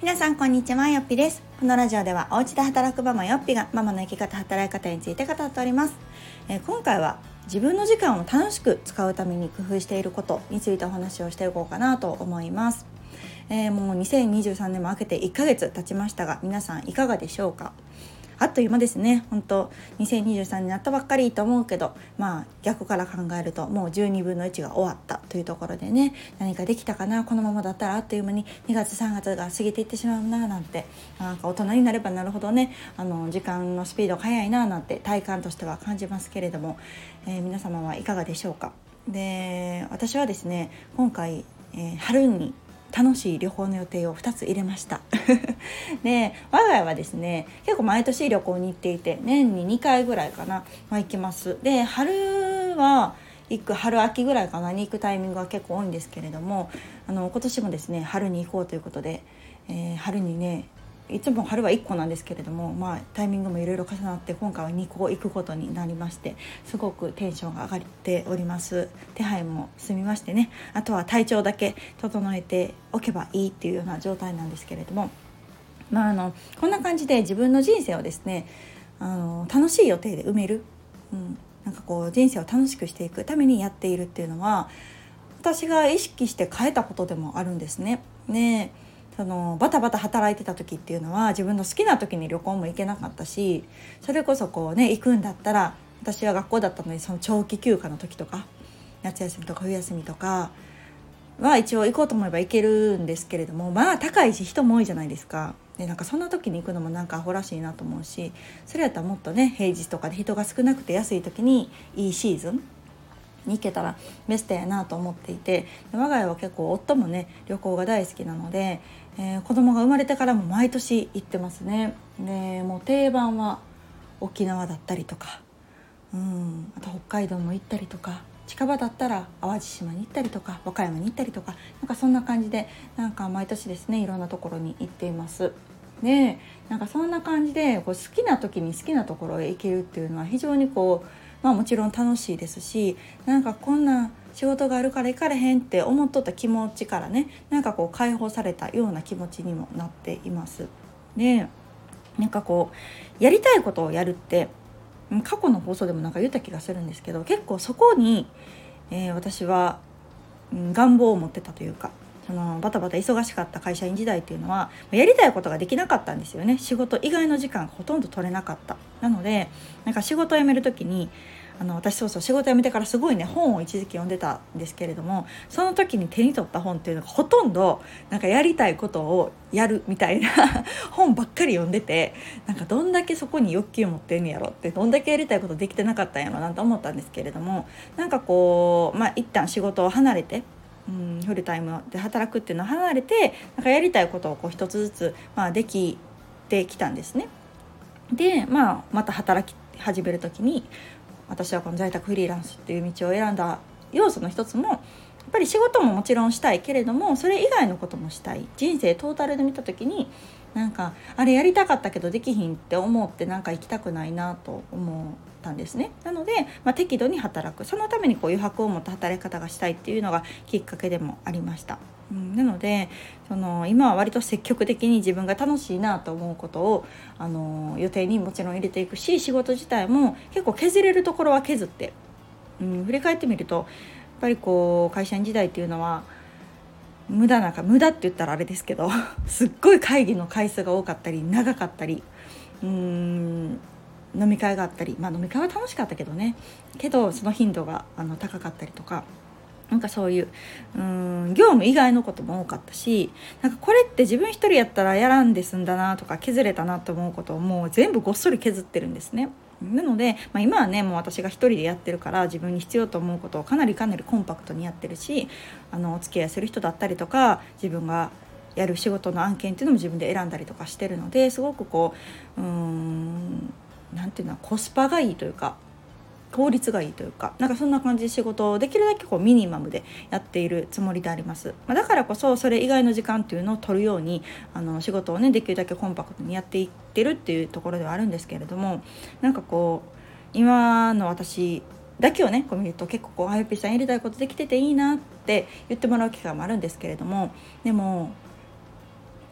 皆さんこんにちは、よっぴです。このラジオではお家で働くママよっぴがママの生き方、働き方について語っております。今回は自分の時間を楽しく使うために工夫していることについてお話をしていこうかなと思います。もう2023年も明けて1ヶ月経ちましたが、皆さんいかがでしょうか。あっという間ですね。本当2023年になったばっかりと思うけど、逆から考えるともう12分の1が終わったというところでね、何かできたかな、このままだったらあっという間に2月3月が過ぎていってしまうななんて、なんか大人になればなるほどね、時間のスピードが速いななんて体感としては感じますけれども、皆様はいかがでしょうか。で、私はですね、今回、春に楽しい旅行の予定を2つ入れましたで、我が家はですね、結構毎年旅行に行っていて、年に2回ぐらいかな、行きます。で、春は春秋ぐらいかなに行くタイミングが結構多いんですけれども、今年もですね、春に行こうということで、春にね、いつも春は1個なんですけれども、タイミングもいろいろ重なって、今回は2個行くことになりまして、すごくテンションが上がっております。手配も済みましてね、あとは体調だけ整えておけばいいっていうような状態なんですけれども、こんな感じで自分の人生をですね、楽しい予定で埋める、なんかこう人生を楽しくしていくためにやっているっていうのは、私が意識して変えたことでもあるんですね。ね、バタバタ働いてた時っていうのは、自分の好きな時に旅行も行けなかったし、それこそこうね、行くんだったら、私は学校だったので、その長期休暇の時とか夏休みとか冬休みとかは一応行こうと思えば行けるんですけれども、高いし人も多いじゃないですか。で、なんかそんな時に行くのもなんかアホらしいなと思うし、それやったらもっとね、平日とかで人が少なくて安い時にいいシーズンに行けたらベストやなと思っていて、我が家は結構夫もね、旅行が大好きなので、子供が生まれてからも毎年行ってますね。で、もう定番は沖縄だったりとか、あと北海道も行ったりとか、近場だったら淡路島に行ったりとか、和歌山に行ったりとか、なんかそんな感じで、なんか毎年ですね、いろんなところに行っています。で、なんかそんな感じでこう好きな時に好きなところへ行けるっていうのは非常にこう、もちろん楽しいですし、なんかこんな仕事があるから行かれへんって思っとった気持ちからね、なんかこう解放されたような気持ちにもなっています。で、なんかこうやりたいことをやるって、過去の放送でもなんか言った気がするんですけど、結構そこに、私は、願望を持ってたというか、そのバタバタ忙しかった会社員時代っていうのはやりたいことができなかったんですよね。仕事以外の時間ほとんど取れなかった。なので、なんか仕事を辞める時に、私仕事辞めてからすごいね、本を一時期読んでたんですけれども、その時に手に取った本っていうのがほとんどなんかやりたいことをやるみたいな本ばっかり読んでて、なんかどんだけそこに欲求を持ってんやろって、どんだけやりたいことできてなかったんやろなんて思ったんですけれども、なんかこう、一旦仕事を離れて、フルタイムで働くっていうのを離れて、なんかやりたいことをこう一つずつ、できてきたんですね。で、また働き始める時に、私はこの在宅フリーランスっていう道を選んだ要素の一つも、やっぱり仕事ももちろんしたいけれども、それ以外のこともしたい。人生トータルで見た時に、なんかあれやりたかったけどできひんって思って、なんか行きたくないなと思ったんですね。なので、適度に働く、そのためにこう余白を持った働き方がしたいっていうのがきっかけでもありました。なので、今は割と積極的に自分が楽しいなと思うことを予定にもちろん入れていくし、仕事自体も結構削れるところは削って、振り返ってみると、やっぱりこう会社員時代っていうのは無駄って言ったらあれですけどすっごい会議の回数が多かったり長かったり、飲み会があったり、飲み会は楽しかったけどその頻度が高かったりとか、なんかそういう業務以外のことも多かったし、なんかこれって自分一人やったらやらんで済んだなとか、削れたなと思うことをもう全部ごっそり削ってるんですね。なので、今はね、もう私が一人でやってるから、自分に必要と思うことをかなりコンパクトにやってるし、お付き合いする人だったりとか、自分がやる仕事の案件っていうのも自分で選んだりとかしてるので、すごくこうなんていうの、コスパがいいというか効率がいいというか、なんかそんな感じで仕事をできるだけこうミニマムでやっているつもりであります。だからこそそれ以外の時間っていうのを取るように仕事をね、できるだけコンパクトにやっていってるっていうところではあるんですけれども、なんかこう今の私だけをねこう見ると、結構こうあゆぴさんやりたいことできてていいなって言ってもらう機会もあるんですけれども、でも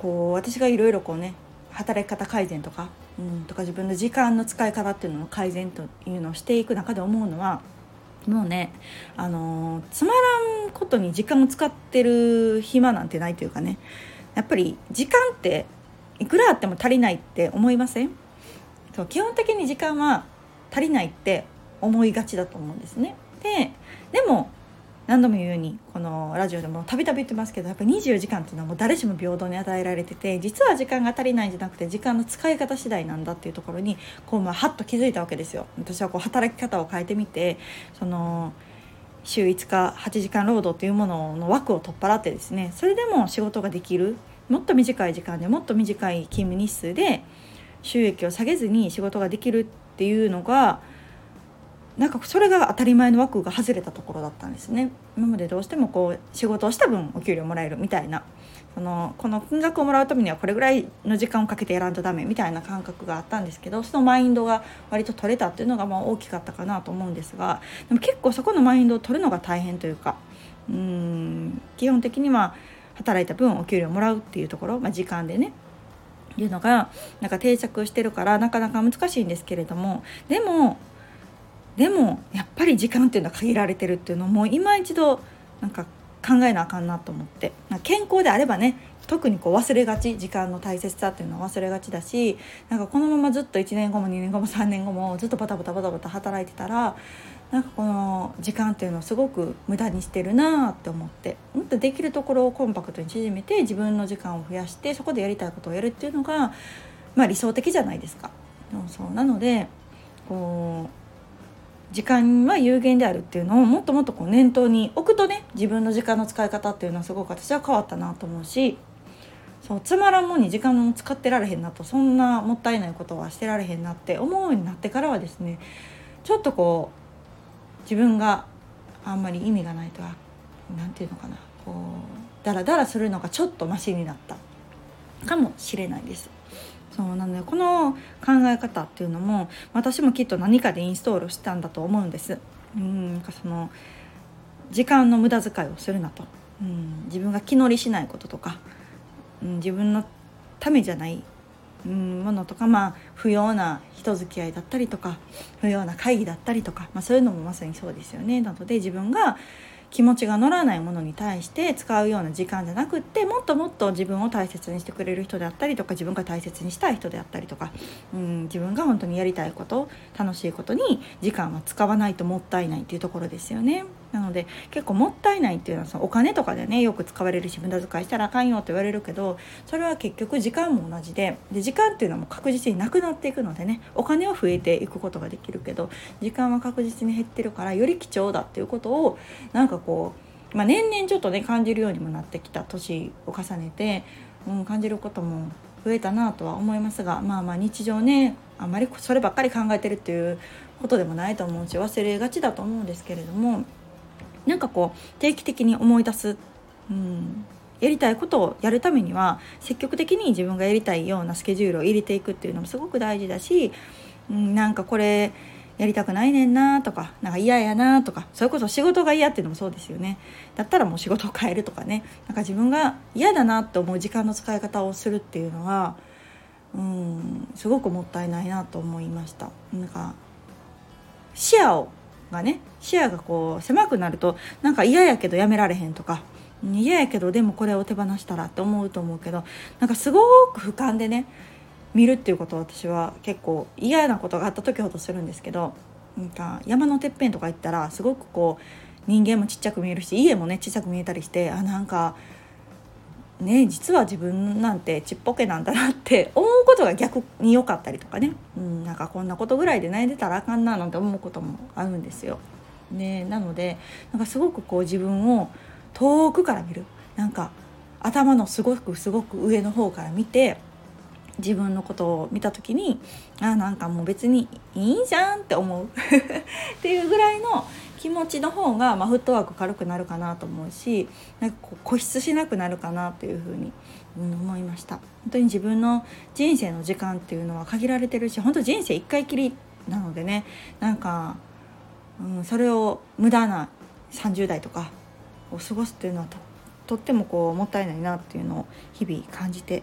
私がいろいろ働き方改善とか、自分の時間の使い方っていうのの改善というのをしていく中で思うのは、もうね、つまらんことに時間を使ってる暇なんてないというかね、やっぱり時間っていくらあっても足りないって思いません？そう、基本的に時間は足りないって思いがちだと思うんですね。でも何度も言うように、このラジオでもたびたび言ってますけど、やっぱり24時間っていうのはもう誰しも平等に与えられてて、実は時間が足りないんじゃなくて時間の使い方次第なんだっていうところにハッと気づいたわけですよ。私は働き方を変えてみて、週5日8時間労働というものの枠を取っ払ってですね、それでも仕事ができる、もっと短い時間でもっと短い勤務日数で収益を下げずに仕事ができるっていうのが、それが当たり前の枠が外れたところだったんですね。今までどうしても仕事をした分お給料もらえるみたいな、この金額をもらうためにはこれぐらいの時間をかけてやらんとダメみたいな感覚があったんですけど、そのマインドが割と取れたっていうのが大きかったかなと思うんですが、でも結構そこのマインドを取るのが大変というか、基本的には働いた分お給料もらうっていうところ、時間でねいうのが定着してるからなかなか難しいんですけれども、でもやっぱり時間っていうのは限られてるっていうのも今一度考えなあかんなと思って、健康であればね、特に忘れがち、時間の大切さっていうのは忘れがちだし、このままずっと1年後も2年後も3年後もずっとバタバタ働いてたら、この時間っていうのをすごく無駄にしてるなって思って、もっとできるところをコンパクトに縮めて自分の時間を増やしてそこでやりたいことをやるっていうのが、理想的じゃないですか。そうなので時間は有限であるっていうのをもっともっと念頭に置くとね、自分の時間の使い方っていうのはすごく私は変わったなと思うし、つまらんもんに時間を使ってられへんなと、そんなもったいないことはしてられへんなって思うようになってからはですね、ちょっと自分があんまり意味がないとはなんていうのかな、ダラダラするのがちょっとマシになったかもしれないです。そうなので、この考え方っていうのも私もきっと何かでインストールしたんだと思うんです。時間の無駄遣いをするなと、自分が気乗りしないこととか、自分のためじゃないものとか、不要な人付き合いだったりとか不要な会議だったりとか、そういうのもまさにそうですよね。なので自分が気持ちが乗らないものに対して使うような時間じゃなくって、もっともっと自分を大切にしてくれる人であったりとか、自分が大切にしたい人であったりとか、自分が本当にやりたいこと、楽しいことに時間は使わないともったいないっていうところですよね。なので結構もったいないっていうのはお金とかでねよく使われるし、無駄遣いしたらあかんよって言われるけど、それは結局時間も同じで、時間っていうのはもう確実になくなっていくのでね、お金は増えていくことができるけど時間は確実に減ってるから、より貴重だっていうことを年々ちょっとね感じるようにもなってきた、年を重ねて、感じることも増えたなとは思いますが、日常ねあまりそればっかり考えてるっていうことでもないと思うし、忘れがちだと思うんですけれども、定期的に思い出す、やりたいことをやるためには積極的に自分がやりたいようなスケジュールを入れていくっていうのもすごく大事だし、これやりたくないねんなとか、嫌やなとか、それこそ仕事が嫌っていうのもそうですよね。だったらもう仕事を変えるとかね、自分が嫌だなと思う時間の使い方をするっていうのはすごくもったいないなと思いました。視野が狭くなると嫌やけどやめられへんとか、嫌やけどでもこれを手放したらって思うと思うけど、すごく俯瞰でね見るっていうことを私は結構嫌なことがあった時ほどするんですけど、山のてっぺんとか行ったらすごく人間もちっちゃく見えるし、家もねちっちゃく見えたりして、実は自分なんてちっぽけなんだなって思うことが逆に良かったりとかね、こんなことぐらいで悩んでたらあかんななんて思うこともあるんですよ。なのですごく自分を遠くから見る、頭のすごく上の方から見て自分のことを見た時にもう別にいいじゃんって思うっていうぐらいの気持ちの方が、フットワーク軽くなるかなと思うし、固執しなくなるかなというふうに思いました。本当に自分の人生の時間っていうのは限られてるし、本当人生一回きりなのでね、それを無駄な30代とかを過ごすっていうのはとってももったいないなっていうのを日々感じて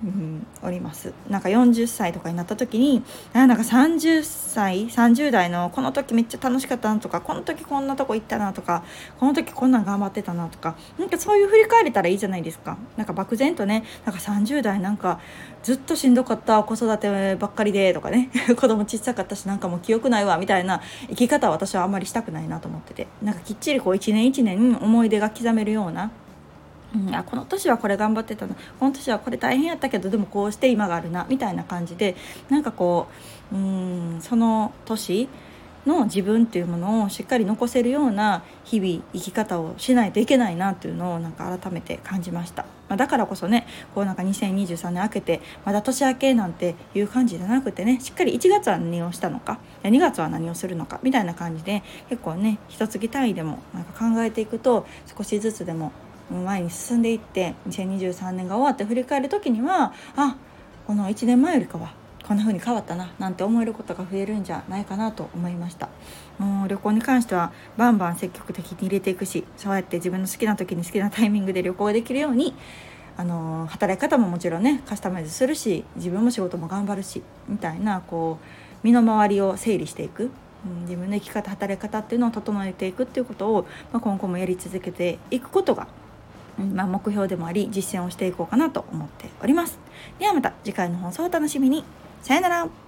おります。なんか40歳とかになった時になんか30代のこの時めっちゃ楽しかったなとか、この時こんなとこ行ったなとか、この時こんなん頑張ってたなとか、なんかそういう振り返れたらいいじゃないですか。なんか漠然とね、なんか30代なんかずっとしんどかった、子育てばっかりでとかね子供小さかったしなんかもう記憶ないわみたいな生き方は私はあんまりしたくないなと思ってて、なんかきっちりこう一年一年思い出が刻めるような、この年はこれ頑張ってたな、この年はこれ大変やったけどでもこうして今があるなみたいな感じで、なんかこうその年の自分っていうものをしっかり残せるような日々生き方をしないといけないなっていうのをなんか改めて感じました。だからこそね、こうなんか2023年明けてまだ年明けなんていう感じじゃなくてね、しっかり1月は何をしたのか、2月は何をするのかみたいな感じで、結構ね一月単位でもなんか考えていくと少しずつでも前に進んでいって、2023年が終わって振り返る時にはこの1年前よりかはこんな風に変わったななんて思えることが増えるんじゃないかなと思いました。もう旅行に関してはバンバン積極的に入れていくし、そうやって自分の好きな時に好きなタイミングで旅行できるように働き方ももちろんねカスタマイズするし、自分も仕事も頑張るしみたいな、こう身の回りを整理していく、自分の生き方働き方っていうのを整えていくっていうことを、今後もやり続けていくことが目標でもあり実践をしていこうかなと思っております。ではまた次回の放送をお楽しみに。さよなら。